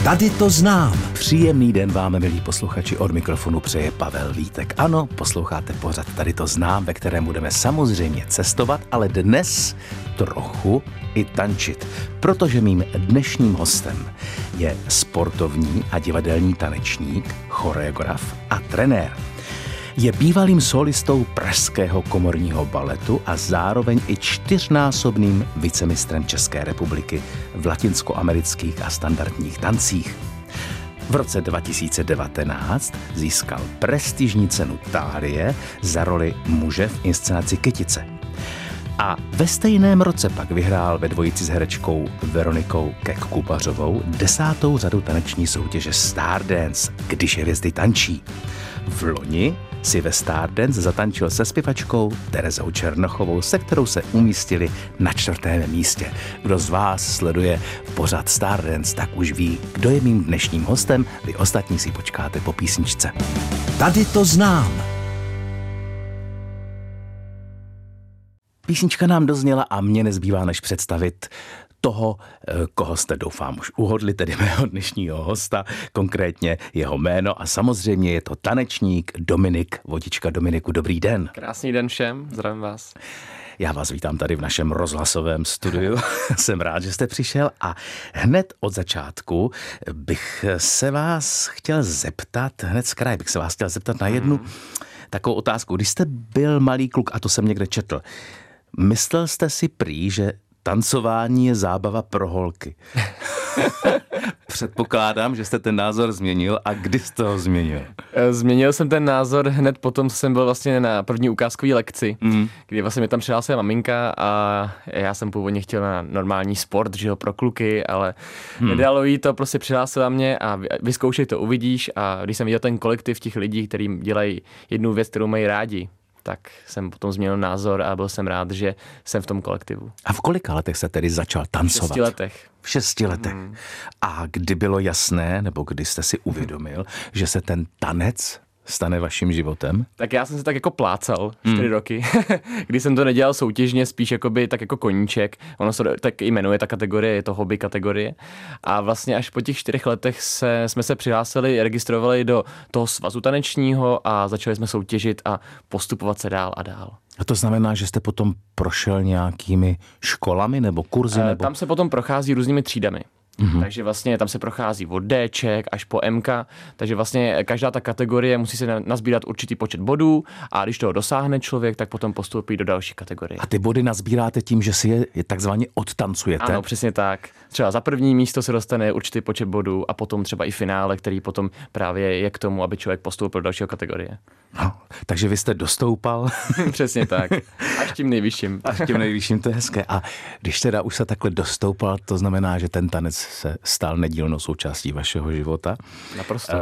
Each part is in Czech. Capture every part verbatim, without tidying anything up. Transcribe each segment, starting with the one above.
Tady to znám. Příjemný den vám, milí posluchači, od mikrofonu přeje Pavel Vítek. Ano, posloucháte pořad Tady to znám, ve kterém budeme samozřejmě cestovat, ale dnes trochu i tančit, protože mým dnešním hostem je sportovní a divadelní tanečník, choreograf a trenér. Je bývalým solistou Pražského komorního baletu a zároveň i čtyřnásobným vicemistrem České republiky v latinskoamerických a standardních tancích. V roce dva tisíce devatenáct získal prestižní cenu Thálie za roli muže v inscenaci Kytice. A ve stejném roce pak vyhrál ve dvojici s herečkou Veronikou Keck-Kupařovou desátou řadu taneční soutěže Stardance, když hvězdy tančí. V loni si ve Stardance zatančil se zpěvačkou Terezou Černochovou, se kterou se umístili na čtvrtém místě. Kdo z vás sleduje pořad Stardance, tak už ví, kdo je mým dnešním hostem. Vy ostatní si počkáte po písničce. Tady to znám. Písnička nám dozněla a mě nezbývá než představit toho, koho jste, doufám, už uhodli, tedy mého dnešního hosta, konkrétně jeho jméno a samozřejmě je to tanečník Dominik Vodička. Dominiku, dobrý den. Krásný den všem, zdravím vás. Já vás vítám tady v našem rozhlasovém studiu. Jsem rád, že jste přišel a hned od začátku bych se vás chtěl zeptat, hned z kraje bych se vás chtěl zeptat na jednu hmm. takovou otázku. Když jste byl malý kluk, a to jsem někde četl, myslel jste si prý, že tancování je zábava pro holky? Předpokládám, že jste ten názor změnil. A kdy jste ho změnil? Změnil jsem ten názor hned potom, co jsem byl vlastně na první ukázkové lekci, mm. kdy vlastně mi tam přihlásila maminka a já jsem původně chtěl na normální sport, že jo, pro kluky, ale mm. nedalo jí to, prostě přihlásila mě a vyzkoušej to, uvidíš. A když jsem viděl ten kolektiv těch lidí, kteří dělají jednu věc, kterou mají rádi, tak jsem potom změnil názor a byl jsem rád, že jsem v tom kolektivu. A v kolika letech se tedy začal tancovat? V šesti letech. V šesti letech. Hmm. A kdy bylo jasné, nebo kdy jste si uvědomil, že se ten tanec stane vaším životem? Tak já jsem se tak jako plácal čtyři hmm. roky, když jsem to nedělal soutěžně, spíš jakoby, tak jako koníček. Ono se tak jmenuje ta kategorie, je to hobby kategorie. A vlastně až po těch čtyřech letech se, jsme se přihlásili, registrovali do toho svazu tanečního a začali jsme soutěžit a postupovat se dál a dál. A to znamená, že jste potom prošel nějakými školami nebo kurzy? E, nebo... Tam se potom prochází různými třídami. Mm-hmm. Takže vlastně tam se prochází od Dček až po Mka, takže vlastně každá ta kategorie musí se nazbírat určitý počet bodů a když toho dosáhne člověk, tak potom postoupí do další kategorie. A ty body nazbíráte tím, že si je, je takzvaně odtancujete? Ano, přesně tak. Třeba za první místo se dostane určitý počet bodů a potom třeba i finále, který potom právě je k tomu, aby člověk postoupil do dalšího kategorie. No, takže vy jste dostoupal. Přesně tak. Až tím nejvyšším. Až tím nejvyšším, to je hezké. A když teda už se takhle dostoupal, to znamená, že ten tanec se stal nedílnou součástí vašeho života. Naprosto.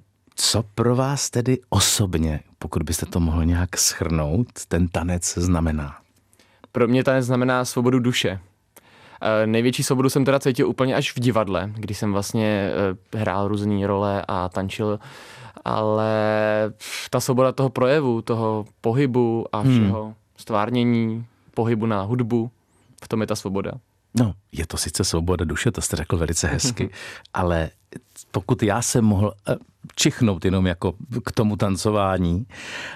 Co pro vás tedy osobně, pokud byste to mohl nějak shrnout, ten tanec znamená? Pro mě tanec znamená svobodu duše. Největší svobodu jsem teda cítil úplně až v divadle, kdy jsem vlastně hrál různé role a tančil, ale ta svoboda toho projevu, toho pohybu a všeho, hmm. stvárnění, pohybu na hudbu, v tom je ta svoboda. No, je to sice svoboda duše, to jste řekl velice hezky, ale pokud já jsem mohl čichnout jenom jako k tomu tancování,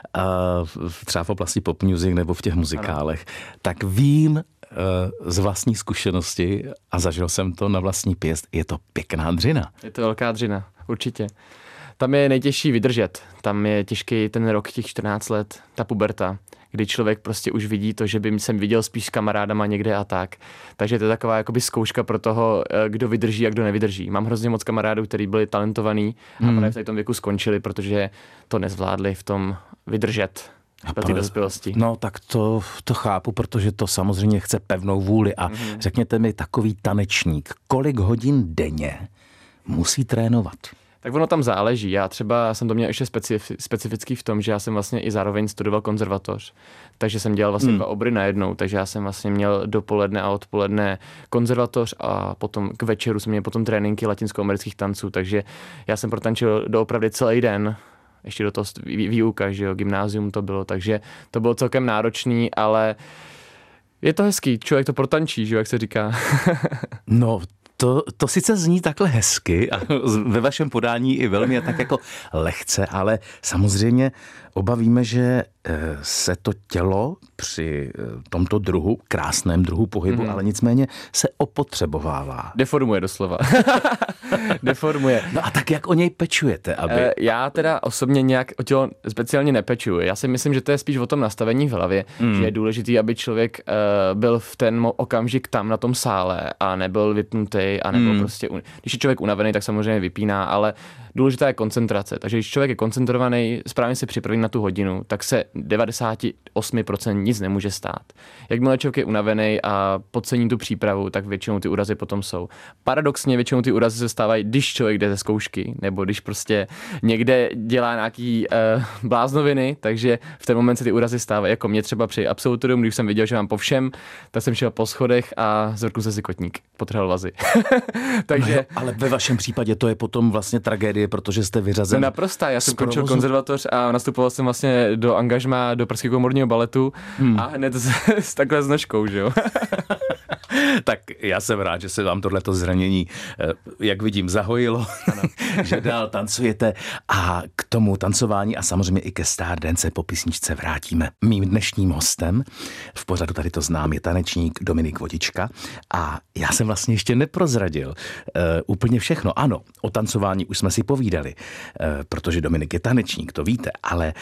třeba v oblasti pop music nebo v těch muzikálech, ano. tak vím z vlastní zkušenosti a zažil jsem to na vlastní pěst, je to pěkná dřina. Je to velká dřina, určitě. Tam je nejtěžší vydržet, tam je těžký ten rok, těch čtrnáct let, ta puberta, kdy člověk prostě už vidí to, že by jsem viděl spíš s kamarádama někde a tak. Takže to je taková jakoby zkouška pro toho, kdo vydrží a kdo nevydrží. Mám hrozně moc kamarádů, kteří byli talentovaní a hmm. právě v tom věku skončili, protože to nezvládli v tom vydržet do té dospělosti. No tak to, to chápu, protože to samozřejmě chce pevnou vůli. A hmm. řekněte mi, takový tanečník, kolik hodin denně musí trénovat? Tak ono tam záleží. Já třeba jsem to měl ještě specif- specifický v tom, že já jsem vlastně i zároveň studoval konzervatoř, takže jsem dělal vlastně hmm. dva obory najednou, takže já jsem vlastně měl dopoledne a odpoledne konzervatoř a potom k večeru jsem měl potom tréninky latinskoamerických tanců, takže já jsem protančil doopravdy celý den, ještě do toho výuka, že jo, gymnázium to bylo, takže to bylo celkem náročný, ale je to hezký, člověk to protančí, že jo, jak se říká. No, To, to sice zní takhle hezky a ve vašem podání i velmi tak jako lehce, ale samozřejmě obavíme, že se to tělo při tomto druhu, krásném druhu pohybu, mm. ale nicméně se opotřebovává. Deformuje doslova. Deformuje. No a tak jak o něj pečujete? Aby... Já teda osobně nějak o tělo speciálně nepečuji. Já si myslím, že to je spíš o tom nastavení v hlavě, mm. že je důležitý, aby člověk byl v ten okamžik tam na tom sále a nebyl vypnutý a nebyl mm. prostě, když je člověk unavený, tak samozřejmě vypíná, ale důležitá je koncentrace. Takže když člověk je koncentrovaný, správně se připraví na tu hodinu, tak se devadesát osm procent nic nemůže stát. Jakmile člověk je unavený a podcení tu přípravu, tak většinou ty úrazy potom jsou. Paradoxně většinou ty úrazy se stávají, když člověk jde ze zkoušky, nebo když prostě někde dělá nějaký uh, bláznoviny, takže v ten moment se ty úrazy stávají. Jako mě třeba při absolutorium, když jsem viděl, že mám po všem, tak jsem šel po schodech a zvrknul se si kotník, potrhal vazy. takže... No jo, ale ve vašem případě to je potom vlastně tragédie, protože jste vyřazen. No naprosto, já jsem končil konzervatoř a nastupoval jsem vlastně do angažmá do Pražského komorního baletu hmm. a hned s, s takhle značkou, že jo. Tak já jsem rád, že se vám tohleto zranění, jak vidím, zahojilo, že dál tancujete a k tomu tancování a samozřejmě i ke Stardance po písničce vrátíme. Mým dnešním hostem v pořadu Tady to znám je tanečník Dominik Vodička a já jsem vlastně ještě neprozradil uh, úplně všechno. Ano, o tancování už jsme si povídali, uh, protože Dominik je tanečník, to víte, ale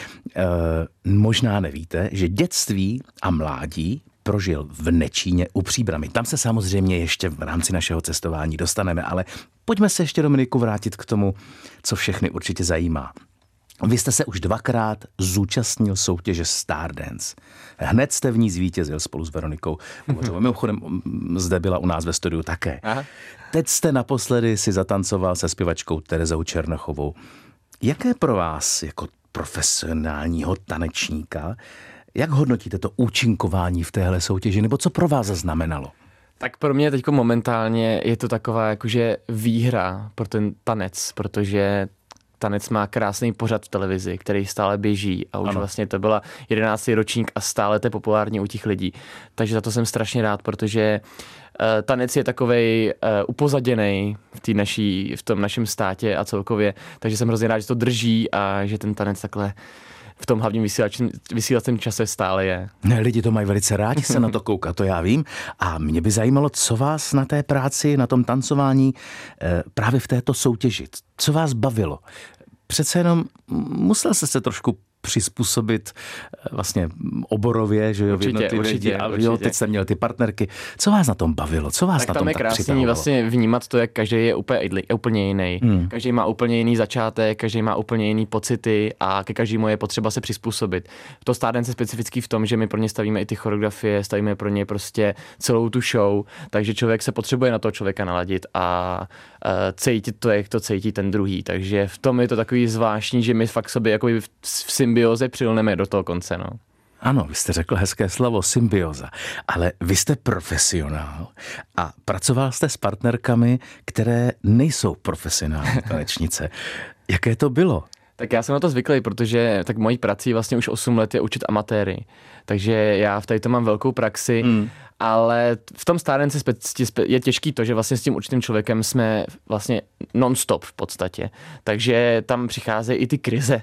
uh, možná nevíte, že dětství a mládí prožil v Nečíně u Příbrami. Tam se samozřejmě ještě v rámci našeho cestování dostaneme, ale pojďme se ještě, Dominiku, vrátit k tomu, co všechny určitě zajímá. Vy jste se už dvakrát zúčastnil soutěže Stardance. Hned jste v ní zvítězil spolu s Veronikou Kuvařovou. Mimochodem zde byla u nás ve studiu také. Aha. Teď jste naposledy si zatancoval se zpěvačkou Terezou Černochovou. Jaké pro vás jako profesionálního tanečníka, jak hodnotíte to účinkování v téhle soutěži, nebo co pro vás zaznamenalo? Tak pro mě teď momentálně je to taková jakože výhra pro ten tanec, protože tanec má krásný pořad v televizi, který stále běží a už ano. vlastně to byla jedenáctý ročník a stále to je populární u těch lidí. Takže za to jsem strašně rád, protože uh, tanec je takovej uh, upozaděnej v, tý naší, v tom našem státě a celkově, takže jsem hrozně rád, že to drží a že ten tanec takhle v tom hlavním vysílacím čase stále je. Ne, lidi to mají velice rádi se na to koukat, to já vím. A mě by zajímalo, co vás na té práci, na tom tancování právě v této soutěži, co vás bavilo. Přece jenom musel jste se trošku přizpůsobit vlastně oborově, že jo, určitě, v jednotlivě určitě, a určitě. jo, teď jste měli ty partnerky. Co vás na tom bavilo? Co vás tak na tom tam je tak krásný přitahovalo? vlastně vnímat to, jak každý je úplně, úplně jiný. Hmm. Každý má úplně jiný začátek, každý má úplně jiný pocity a ke každému je potřeba se přizpůsobit. To Stardance je specifický v tom, že my pro ně stavíme i ty choreografie, stavíme pro ně prostě celou tu show, takže člověk se potřebuje na toho člověka naladit a uh, cítit to, jak to cítí ten druhý. Takže v tom je to takový zvláštní, že my fakt sobě jako v symbioze přilneme do toho konce, no. Ano, vy jste řekl hezké slovo, symbioza, ale vy jste profesionál a pracoval jste s partnerkami, které nejsou profesionální tanečnice. Jaké to bylo? Tak já jsem na to zvyklý, protože tak mojí prací vlastně už osm let je učit amatéry. Takže já v tady to mám velkou praxi, mm. ale v tom Stardance je těžký to, že vlastně s tím určitým člověkem jsme vlastně non-stop v podstatě. Takže tam přicházejí i ty krize,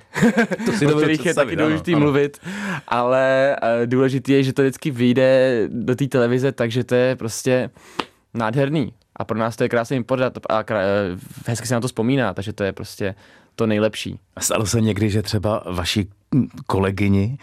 o kterých je taky důležitý ano, mluvit, ale důležitý je, že to vždycky vyjde do té televize, takže to je prostě nádherný. A pro nás to je krásný pořad a krá... hezky se na to vzpomíná, takže to je prostě to nejlepší. Stalo se někdy, že třeba vaši kolegyni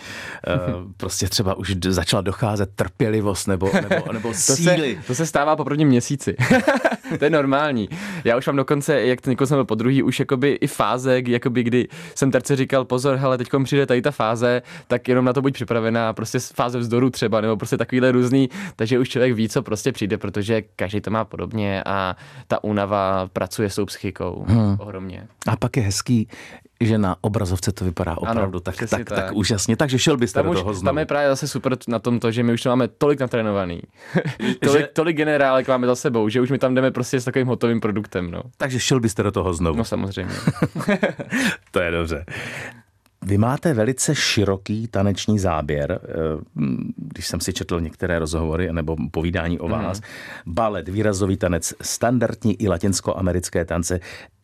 prostě třeba už začala docházet trpělivost nebo, nebo, nebo síly. To se, to se stává po prvním měsíci. To je normální. Já už mám dokonce, jak to někoho jsem byl po druhý, už jakoby i fáze, jakoby kdy jsem terce říkal, pozor, hele, teďkom přijde tady ta fáze, tak jenom na to buď připravená, prostě fáze vzdoru třeba, nebo prostě takovýhle různý, takže už člověk ví, co prostě přijde, protože každý to má podobně a ta únava pracuje s tou psychikou hmm. ohromně. A pak je hezký, že na obrazovce to vypadá opravdu ano, tak, tak, tak, tak úžasně, takže šel byste tam do už, toho znovu. Tam je právě zase super na tom to, že my už to máme tolik natrénovaný, tolik, že... tolik generálek máme za sebou, že už my tam jdeme prostě s takovým hotovým produktem. No. Takže šel byste do toho znovu. No samozřejmě. To je dobře. Vy máte velice široký taneční záběr, když jsem si četl některé rozhovory nebo povídání o vás. Mm. Balet, výrazový tanec, standardní i latinskoamerické tance.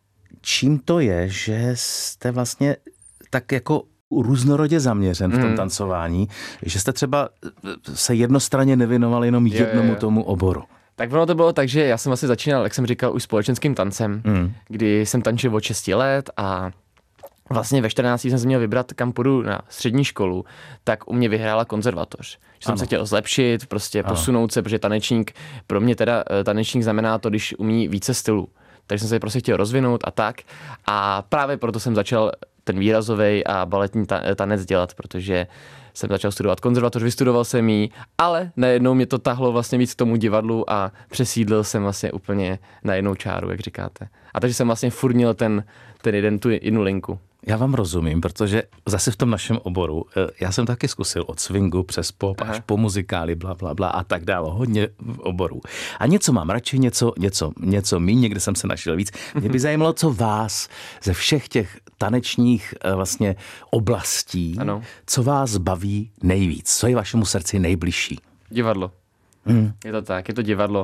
Čím to je, že jste vlastně tak jako různorodě zaměřen v tom tancování, že jste třeba se jednostranně nevěnoval jenom je, jednomu je. tomu oboru? Tak ono to bylo tak, že já jsem vlastně začínal, jak jsem říkal, už společenským tancem, mm. kdy jsem tančil od šesti let a vlastně ve čtrnácti jsem se měl vybrat, kam půjdu na střední školu, tak u mě vyhrála konzervatoř. Že jsem ano. se chtěl zlepšit, prostě ano. posunout se, protože tanečník, pro mě teda tanečník znamená to, když umí více stylů. Takže jsem se prostě chtěl rozvinout a tak. A právě proto jsem začal ten výrazový a baletní tanec dělat, protože jsem začal studovat konzervatoř, vystudoval jsem ji, ale najednou mě to tahlo vlastně víc k tomu divadlu a přesídlil jsem vlastně úplně na jednou čáru, jak říkáte. A takže jsem vlastně furt měl ten, ten jeden, tu jednu linku. Já vám rozumím, protože zase v tom našem oboru, já jsem taky zkusil od swingu přes pop Aha. až po muzikály, bla, bla, bla a tak dále, hodně oborů. A něco mám radši, něco, něco, něco míň, někde jsem se našel víc. Mě by zajímalo, co vás ze všech těch tanečních vlastně oblastí, ano. co vás baví nejvíc, co je vašemu srdci nejbližší? Divadlo. Hmm. Je to tak, je to divadlo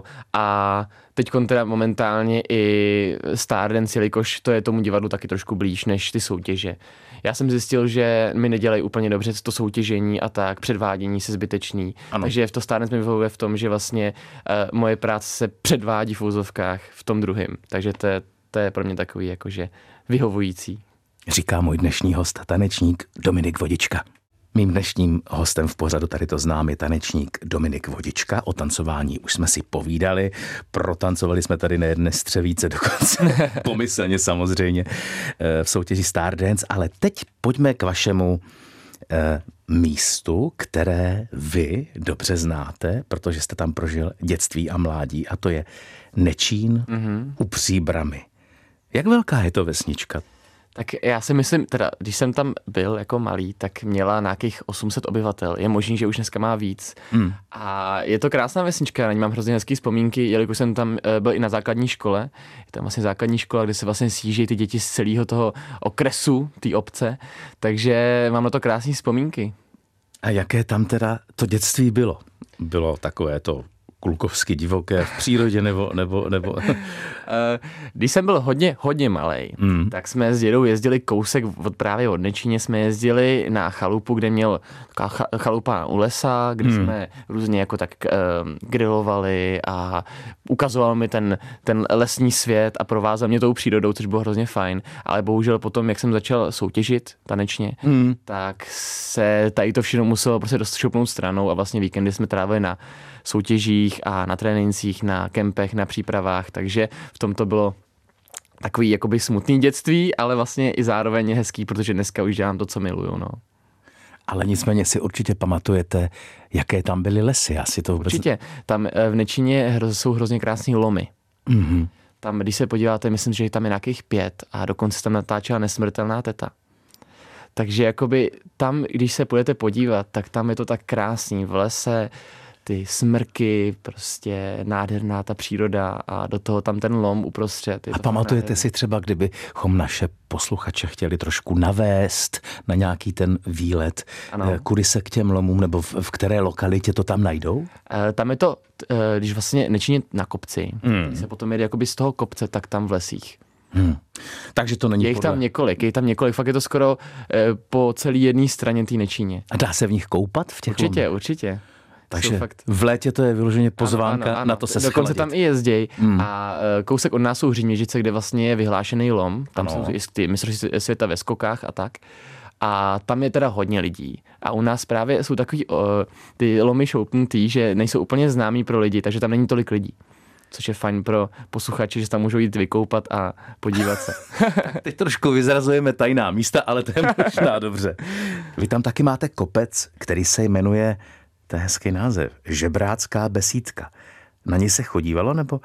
a teď teda momentálně i Stardance, jelikož to je tomu divadlu taky trošku blíž než ty soutěže. Já jsem zjistil, že mi nedělají úplně dobře to soutěžení a tak, předvádění se zbytečný. Ano. Takže v to Stardance mi vyhovuje v tom, že vlastně uh, moje práce se předvádí v úzovkách v tom druhém. Takže to je, to je pro mě takový jakože vyhovující. Říká můj dnešní host, tanečník Dominik Vodička. Mým dnešním hostem v pořadu Tady to znám je tanečník Dominik Vodička. O tancování už jsme si povídali, protancovali jsme tady na jedné střevíce dokonce, pomyslně samozřejmě, v soutěži Stardance, ale teď pojďme k vašemu eh, místu, které vy dobře znáte, protože jste tam prožil dětství a mládí, a to je Nečín mm-hmm. u Příbrami. Jak velká je to vesnička? Tak já si myslím, teda, když jsem tam byl jako malý, tak měla nějakých osm set obyvatel. Je možný, že už dneska má víc. Hmm. A je to krásná vesnička, na ní mám hrozně hezký vzpomínky, jelikož jsem tam byl i na základní škole. Je tam vlastně základní škola, kde se vlastně sjíždějí ty děti z celého toho okresu, té obce. Takže mám na to krásné vzpomínky. A jaké tam teda to dětství bylo? Bylo takové to klukovsky divoké v přírodě nebo... nebo, nebo... Když jsem byl hodně, hodně malej, hmm. tak jsme s dědou jezdili kousek od právě od Nečíně, jsme jezdili na chalupu, kde měl taková chalupa u lesa, kde hmm. jsme různě jako tak um, grilovali a ukazoval mi ten, ten lesní svět a provázal mě tou přírodou, což bylo hrozně fajn. Ale bohužel potom, jak jsem začal soutěžit tanečně, hmm. tak se tady to všechno muselo prostě dost šoupnout stranou a vlastně víkendy jsme trávili na soutěžích a na trénincích, na kempech, na přípravách, takže v tom to bylo takový jakoby smutný dětství, ale vlastně i zároveň hezký, protože dneska už dělám to, co miluju, no. Ale nicméně si určitě pamatujete, jaké tam byly lesy. Asi to vůbec... Určitě. Tam v Nečíně jsou hrozně krásný lomy. Mm-hmm. Tam, když se podíváte, myslím, že tam je nějakých pět a dokonce tam natáčela Nesmrtelná teta. Takže jakoby tam, když se půjdete podívat, tak tam je to tak krásný v lese, ty smrky, prostě nádherná ta příroda a do toho tam ten lom uprostřed. A pamatujete nádherný. Si třeba, kdybychom naše posluchače chtěli trošku navést na nějaký ten výlet, ano. kudy se k těm lomům, nebo v, v které lokalitě to tam najdou? E, tam je to, e, když vlastně Nečíně na kopci, hmm. když se potom jede jakoby z toho kopce, tak tam v lesích. Hmm. Takže to není je jich podle... tam několik, je jich tam několik, fakt je to skoro e, po celé jedné straně té Nečíně. A dá se v nich koupat v těch Určitě, lomích? Určitě. Takže fakt... v létě to je vyloženě pozvánka, ano, ano, ano. na to se schladit. Dokonce tam i jezděj hmm. a kousek od nás jsou Hříměžice, kde vlastně je vyhlášený lom. Tam ano. jsou ty mistrovství světa ve skokách a tak. A tam je teda hodně lidí. A u nás právě jsou takový o, ty lomy šoupnutý, že nejsou úplně známí pro lidi, takže tam není tolik lidí. Což je fajn pro posluchače, že se tam můžou jít vykoupat a podívat se. Teď trošku vyzrazujeme tajná místa, ale to je možná dobře. Vy tam taky máte kopec, který se jmenuje, to je hezký název, Žebrácká besídka. Na něj se chodívalo, nebo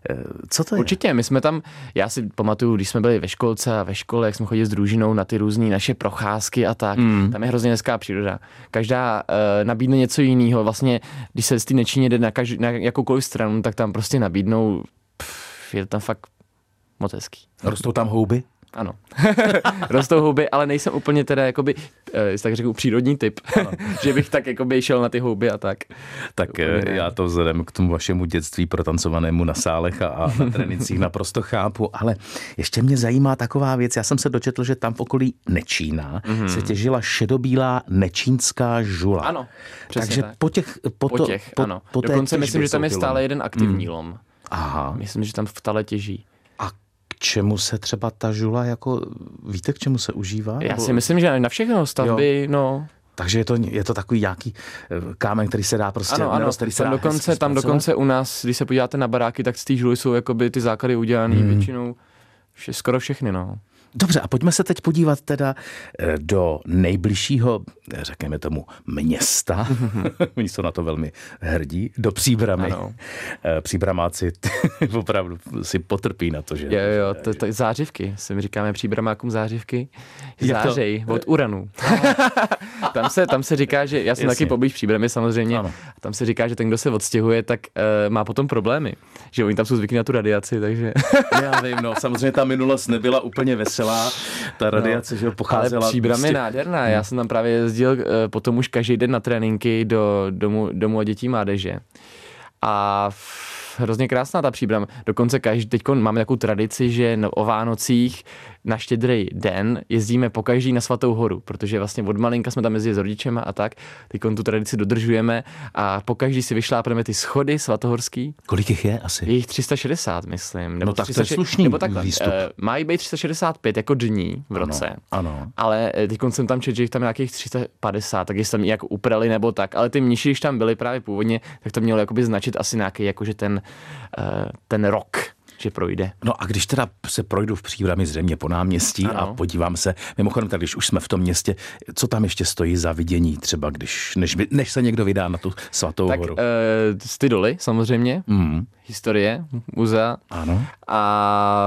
co to je? Určitě, my jsme tam, já si pamatuju, když jsme byli ve školce a ve škole, jak jsme chodili s družinou na ty různé naše procházky a tak, mm. tam je hrozně hezká příroda. Každá uh, nabídne něco jiného. Vlastně, když se z té Nečíně jde na, každý, na jakoukoliv stranu, tak tam prostě nabídnou, pff, je to tam fakt moc hezký. Rostou tam houby? Ano. Rostou houby, ale nejsem úplně teda jakoby, tak řeknu, přírodní typ, že bych tak jakoby šel na ty houby a tak. Tak já to vzhledem k tomu vašemu dětství protancovanému na sálech a, a na trénincích naprosto chápu, ale ještě mě zajímá taková věc. Já jsem se dočetl, že tam v okolí Nečína mm-hmm. se těžila šedobílá nečínská žula. Ano, přesně Takže tak. po těch... Po, po to, těch, po, ano. Po Dokonce myslím, že tam je stále jeden aktivní mm. lom. Aha. Myslím, že tam v Tale těží. A k čemu se třeba ta žula jako... Víte, k čemu se užívá? Já si myslím, že na všechno stavby, jo. no... Takže je to, je to takový nějaký kámen, který se dá prostě... Ano, ano, nerost, který se tam, dá dokonce, tam dokonce u nás, když se podíváte na baráky, tak z té žuly jsou jakoby ty základy udělané hmm. většinou vše, skoro všechny, no. Dobře, a pojďme se teď podívat teda do nejbližšího, řekněme tomu, města. Oni jsou na to velmi hrdí. Do Příbramy. Ano. Příbramáci opravdu si potrpí na to, že... Jo, jo, to, to, zářivky. Se mi říkáme Příbramákům zářivky. Zářej od uranu. tam, se, tam se říká, že... Já jsem Jasně. taky poblíž Příbramy samozřejmě. Ano. Tam se říká, že ten, kdo se odstěhuje, tak uh, má potom problémy. Že oni tam jsou zvyklí na tu radiaci, takže... Já vím, no. Samozřejmě ta minulost nebyla úplně veselá. Ta radiace, no, že pocházela... Ale Příbram je nádherná. Já jsem tam právě jezdil uh, potom už každý den na tréninky do domu, domu a dětí mládeže. A hrozně krásná ta Příbram. Dokonce každý, teď máme takovou tradici, že o Vánocích na Štědrý den jezdíme pokaždý na Svatou horu, protože vlastně od malinka jsme tam jezdili s rodičema a tak. Teď tu tradici dodržujeme a pokaždý si vyšlápneme ty schody svatohorský. Kolik jich je asi? Je jich tři sta šedesát, myslím. Nebo no tak to je slušný nebo takhle, výstup. Uh, mají být tři sta šedesát pět jako dní v roce. Ano, ano. Ale teď jsem tam četl, že jich tam nějakých tři sta padesát, tak jestli tam jak uprali nebo tak. Ale ty mniši, když tam byli právě původně, tak to mělo jakoby značit asi nějaký jakože ten, uh, ten rok, že projde. No a když teda se projdu v Příbrami zřejmě po náměstí ano. a podívám se, mimochodem, tak když už jsme v tom městě, co tam ještě stojí za vidění třeba, když, než, než se někdo vydá na tu Svatou tak, horu? Tak uh, ty doly samozřejmě, mm. historie, muzea. Ano. A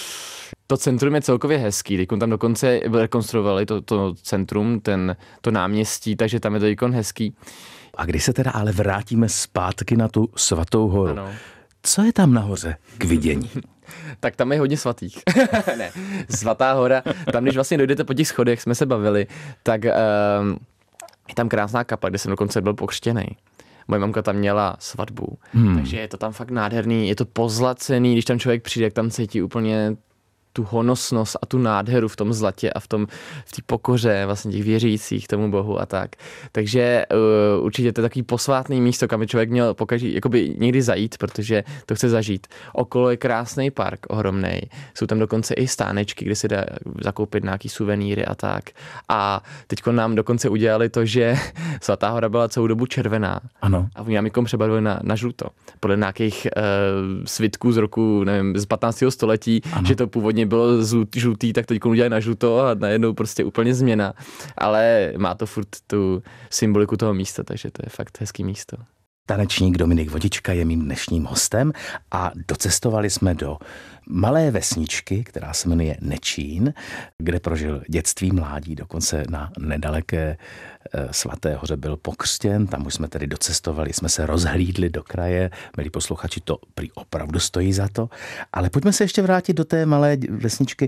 to centrum je celkově hezký, teď tam dokonce rekonstruovali to, to centrum, ten, to náměstí, takže tam je to ikon hezký. A když se teda ale vrátíme zpátky na tu Svatou horu, ano. Co je tam nahoře k vidění? Tak tam je hodně svatých. Ne, Svatá hora, tam když vlastně dojdete po těch schodech, jsme se bavili, tak um, je tam krásná kaple, kde jsem dokonce byl pokřtěnej. Moje mamka tam měla svatbu, hmm. takže je to tam fakt nádherný, je to pozlacený, když tam člověk přijde, jak tam cítí úplně tu honosnost a tu nádheru v tom zlatě a v tom v té pokoře vlastně těch věřících tomu Bohu a tak. Takže uh, určitě to je takový posvátný místo, kam by člověk měl pokaždý, jakoby někdy zajít, protože to chce zažít. Okolo je krásný park, ohromnej. Jsou tam dokonce i stánečky, kde si dá zakoupit nějaký suvenýry a tak. A teďko nám dokonce udělali to, že Svatá hora byla celou dobu červená. Ano. A oni nám jikom přebarvili na, na žluto. Podle nějakých uh, svitků z roku, nevím, z patnáctého století, ano. že to původně bylo žlutý, tak teď udělají na žluto a najednou prostě úplně změna. Ale má to furt tu symboliku toho místa, takže to je fakt hezký místo. Tanečník Dominik Vodička je mým dnešním hostem a docestovali jsme do malé vesničky, která se jmenuje Nečín, kde prožil dětství, mládí, dokonce na nedaleké Svaté hoře byl pokřtěn, tam už jsme tedy docestovali, jsme se rozhlídli do kraje, milí posluchači, to prý opravdu stojí za to, ale pojďme se ještě vrátit do té malé vesničky.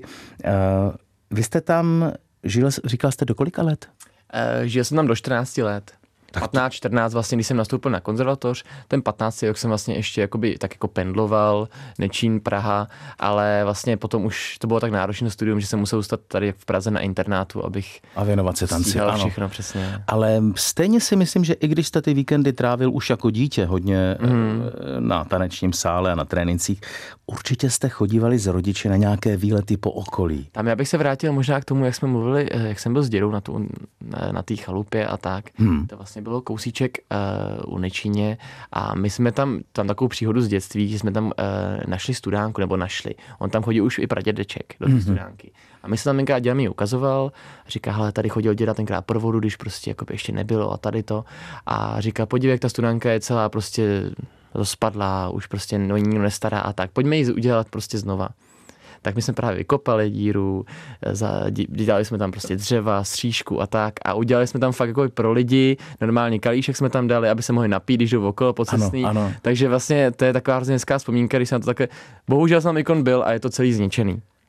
Vy jste tam žil, říkal jste do kolika let? Žil jsem tam do čtrnácti let. patnáct čtrnáct vlastně, když jsem nastoupil na konzervatoř, ten patnáctý rok jsem vlastně ještě jakoby, tak jako pendloval, Nečín, Praha, ale vlastně potom už to bylo tak náročné studium, že jsem musel zůstat tady v Praze na internátu, abych a věnovat se tanci, ano. Všechno, přesně. Ale stejně si myslím, že i když jste ty víkendy trávil už jako dítě hodně mm. na tanečním sále a na trénincích, určitě jste chodívali s rodiči na nějaké výlety po okolí. Tam já bych se vrátil možná k tomu, jak jsme mluvili, jak jsem byl s dědou na té na, na chalupě a tak. Hmm. To vlastně bylo kousíček uh, u Nečíně a my jsme tam, tam takovou příhodu z dětství, že jsme tam uh, našli studánku, nebo našli. On tam chodil už i pradědeček do té hmm. studánky. A my se tam tenkrát děda mi ukazoval, říká, hele, tady chodil děda tenkrát pro vodu, když prostě jako ještě nebylo a tady to. A říká, podívej, jak ta studánka je celá prostě rozpadlá, už prostě no, nikdo nestará a tak. Pojďme ji udělat prostě znova. Tak my jsme právě vykopali díru, dělali jsme tam prostě dřeva, stříšku a tak a udělali jsme tam fakt jako pro lidi, normálně kalíšek jsme tam dali, aby se mohli napít, když jdou okolo po cestný. Ano, ano. Takže vlastně to je taková hrozně hezká vzpomínka, když jsem to takhle, bohužel jsem tam ikon byl a je to celý zničený.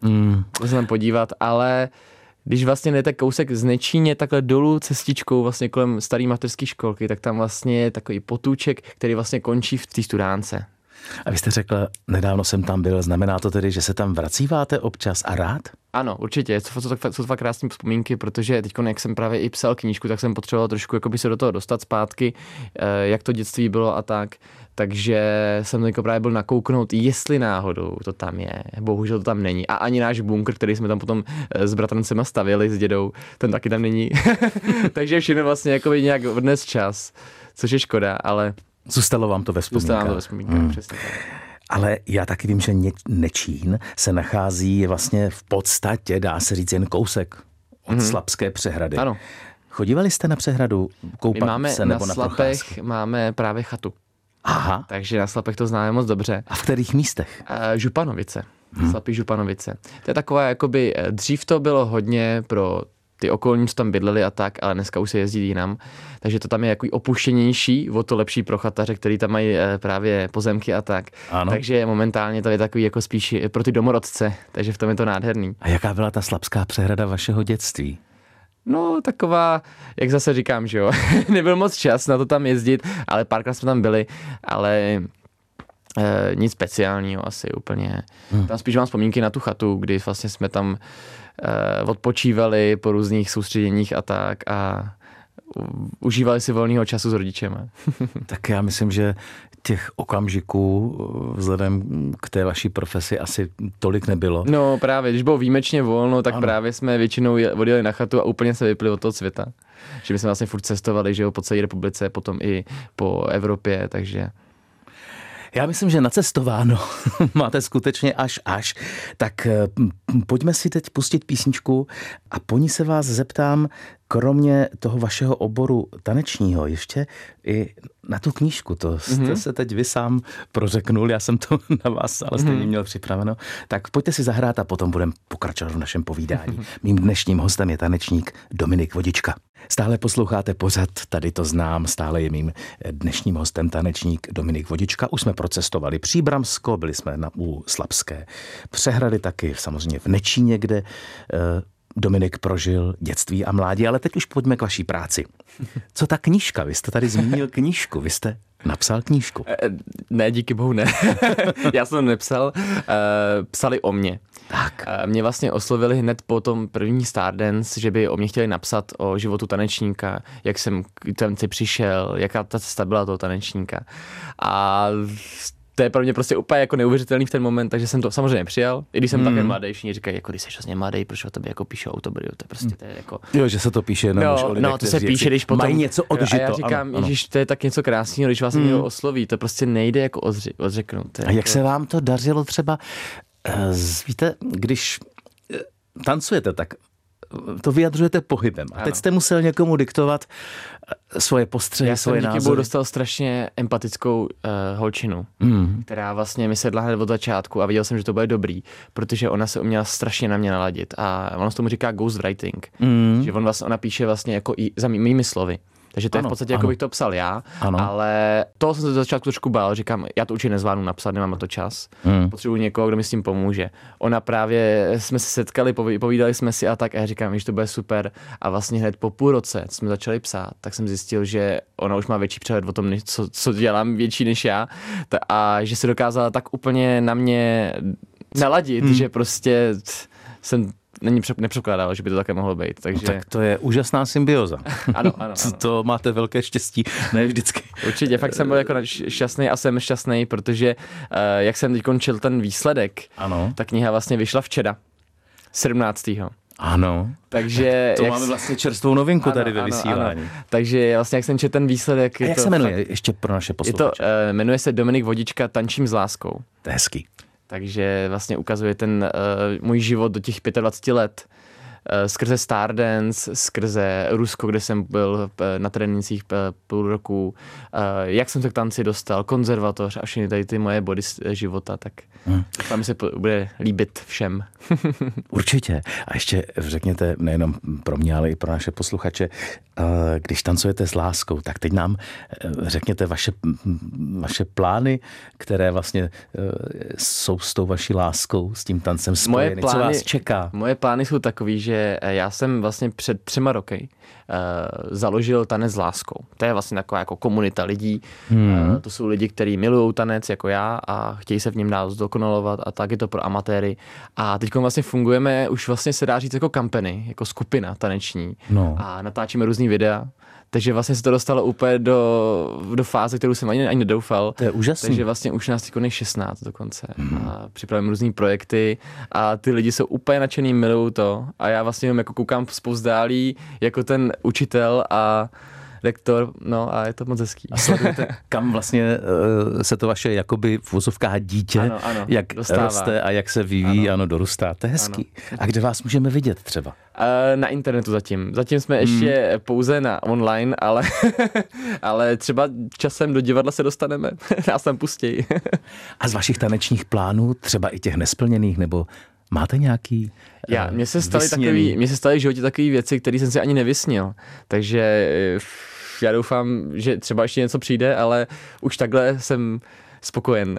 mm. se tam podívat, ale když vlastně jdete kousek z Nečíně takhle dolů cestičkou vlastně kolem starý mateřské školky, tak tam vlastně je takový potůček, který vlastně končí v té Studánce. A vy jste řekla, nedávno jsem tam byl, znamená to tedy, že se tam vracíváte občas a rád? Ano, určitě, jsou to, jsou to fakt krásné vzpomínky, protože teď, jak jsem právě i psal knížku, tak jsem potřeboval trošku jakoby se do toho dostat zpátky, jak to dětství bylo a tak. Takže jsem jako právě byl nakouknout, jestli náhodou to tam je. Bohužel to tam není. A ani náš bunkr, který jsme tam potom s bratrancema stavěli s dědou, ten taky tam není. Takže všechno vlastně jakoby nějak odnes čas, což je škoda, ale... Zůstalo vám to ve vzpomínkách. Zůstalo vám to ve vzpomínkách, hmm. přesně tak. Ale já taky vím, že Nečín se nachází vlastně v podstatě, dá se říct, jen kousek od mm-hmm. Slapské přehrady. Ano. Chodívali jste na přehradu koupat My máme se nebo na Slapech procházky? Máme právě chatu. Aha. Takže na Slapech to známe moc dobře. A v kterých místech? Uh, Županovice. Hmm. Slapí Županovice. To je taková, jakoby, dřív to bylo hodně pro ty okolní, co tam bydleli a tak, ale dneska už se jezdí jinam. Takže to tam je jako opuštěnější, o to lepší pro chataře, který tam mají právě pozemky a tak. Ano. Takže momentálně to je takový jako spíš pro ty domorodce, takže v tom je to nádherný. A jaká byla ta Slapská přehrada vašeho dětství? No, taková, jak zase říkám, že jo, nebyl moc čas na to tam jezdit, ale párkrát jsme tam byli, ale e, nic speciálního asi úplně. Hmm. Tam spíš mám vzpomínky na tu chatu, kdy vlastně jsme tam e, odpočívali po různých soustředěních a tak a užívali si volného času s rodičema. Tak já myslím, že těch okamžiků vzhledem k té vaší profesi asi tolik nebylo. No právě, když bylo výjimečně volno, tak ano. Právě jsme většinou odjeli na chatu a úplně se vypli od toho světa. Že my jsme vlastně furt cestovali, že jo, po celé republice, potom i po Evropě, takže... Já myslím, že nacestováno máte skutečně až až. Tak pojďme si teď pustit písničku a po ní se vás zeptám, kromě toho vašeho oboru tanečního, ještě i na tu knížku. To jste mm-hmm. se teď vy sám prořeknul, já jsem to na vás ale stejně mm-hmm. měl připraveno. Tak pojďte si zahrát a potom budeme pokračovat v našem povídání. Mým dnešním hostem je tanečník Dominik Vodička. Stále posloucháte pořad, tady to znám, stále je mým dnešním hostem tanečník Dominik Vodička. Už jsme procestovali Příbramsko, byli jsme na u Slapské přehrady taky, samozřejmě v Nečíně, kde eh, Dominik prožil dětství a mládí, ale teď už pojďme k vaší práci. Co ta knížka? Vy jste tady zmínil knížku, vy jste napsal knížku. Ne, díky bohu ne. Já jsem to nepsal, psali o mně. Tak. Mě vlastně oslovili hned po tom první Stardance, že by o mě chtěli napsat o životu tanečníka, jak jsem k tanci přišel, jaká ta cesta byla toho tanečníka. A to je pro mě prostě úplně jako neuvěřitelný v ten moment, takže jsem to samozřejmě přijal. I když jsem hmm. také mladý, všichni říkají, jako když jsi vlastně mladý, proč o tobě jako píšou autobry, to je prostě to je jako... Jo, že se to píše jenom no, už o lidech, no, to se píše, když potom... Mají něco odžito. A já říkám, ano, ježiš, to je tak něco krásného, když vás hmm. někdo osloví, to prostě nejde jako odři, odřeknout. A jak jako... se vám to dařilo třeba, víte, když tancujete, tak to vyjadřujete pohybem. A teď ano. jste musel někomu diktovat svoje postřehy, Já svoje názory. Já jsem díky bohu dostal strašně empatickou uh, holčinu, mm. která vlastně mi sedla hned od začátku a viděl jsem, že to bude dobrý, protože ona se uměla strašně na mě naladit a ono se tomu říká ghostwriting, mm. že on vlastně, ona píše vlastně jako i za mými slovy. Takže to ano, je v podstatě, ano. jako bych to psal já, ano. ale toho jsem se do začátku trošku bál, říkám, já to určitě nezvládnu napsat, nemám na to čas, hmm. potřebuji někoho, kdo mi s tím pomůže. Ona právě, jsme se setkali, povídali jsme si a tak a já říkám, že to bude super a vlastně hned po půl roce, co jsme začali psát, tak jsem zjistil, že ona už má větší přehled o tom, co, co dělám, větší než já a že se dokázala tak úplně na mě naladit, hmm. že prostě jsem není nepřekládal, že by to také mohlo být. Takže... No, tak to je úžasná symbioza. ano, ano, ano. To máte velké štěstí, ne vždycky. Určitě, fakt jsem byl jako šťastný a jsem šťastný, protože uh, jak jsem teď končil ten výsledek, ano. ta kniha vlastně vyšla včera, sedmnáctého Ano. Takže to máme vlastně čerstvou novinku ano, tady ve vysílání. Ano. Takže vlastně jak jsem četl ten výsledek... A jak to se jmenuje fakt... ještě pro naše posluchače? Je to, uh, jmenuje se Dominik Vodička Tančím s láskou. To je hezký. Takže vlastně ukazuje ten uh, můj život do těch dvaceti pěti let, skrze Stardance, skrze Rusko, kde jsem byl na trénincích půl roku, jak jsem se k tanci dostal, konzervatoř a všechny tady ty moje body života, tak hmm. doufám, že se bude líbit všem. Určitě. A ještě řekněte, nejenom pro mě, ale i pro naše posluchače, když tancujete s láskou, tak teď nám řekněte vaše, vaše plány, které vlastně jsou s tou vaší láskou, s tím tancem spojeny. Co vás čeká? Moje plány jsou takový, že já jsem vlastně před třema roky uh, založil tanec s láskou. To je vlastně taková jako komunita lidí. Hmm. Uh, to jsou lidi, kteří milují tanec jako já a chtějí se v něm dál zdokonalovat a tak je to pro amatéry. A teď vlastně fungujeme, už vlastně se dá říct jako company, jako skupina taneční. No. A natáčíme různý videa. Takže vlastně se to dostalo úplně do, do fáze, kterou jsem ani, ani nedoufal. To je úžasný. Takže vlastně už nás je šestnáct dokonce. Hmm. A připravujeme různý projekty a ty lidi jsou úplně nadšený, milují to. A já vlastně jenom jako koukám zpovzdálí jako ten učitel a lektor, no a je to moc hezký. A sledujete, kam vlastně uh, se to vaše jakoby v vozovkách dítě, ano, ano, jak dostává. Roste a jak se vyvíjí, ano, ano dorůstá. To je hezký. Ano. A kde vás můžeme vidět třeba? Uh, na internetu zatím. Zatím jsme hmm. ještě pouze na online, ale, ale třeba časem do divadla se dostaneme. Nás tam pustějí. A z vašich tanečních plánů, třeba i těch nesplněných, nebo máte nějaký Já, mně se staly takový, mně se staly v životě takové věci, které jsem si ani nevysnil. Takže já doufám, že třeba ještě něco přijde, ale už takhle jsem spokojen.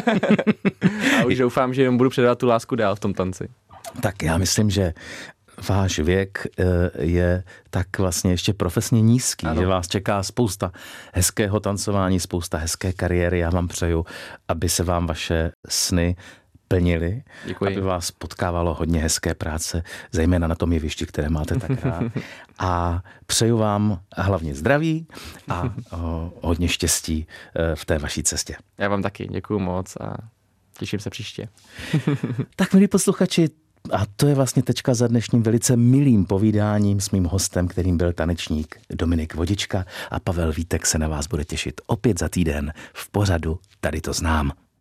A už doufám, že jenom budu předávat tu lásku dál v tom tanci. Tak já myslím, že váš věk je tak vlastně ještě profesně nízký, ano. Že vás čeká spousta hezkého tancování, spousta hezké kariéry. Já vám přeju, aby se vám vaše sny plnili, Děkuji. Aby vás potkávalo hodně hezké práce, zejména na tom jevišti, které máte tak rád. A přeju vám hlavně zdraví a o, hodně štěstí v té vaší cestě. Já vám taky děkuju moc a těším se příště. Tak, milí posluchači, a to je vlastně tečka za dnešním velice milým povídáním s mým hostem, kterým byl tanečník Dominik Vodička, a Pavel Vítek se na vás bude těšit opět za týden v pořadu Tady to znám.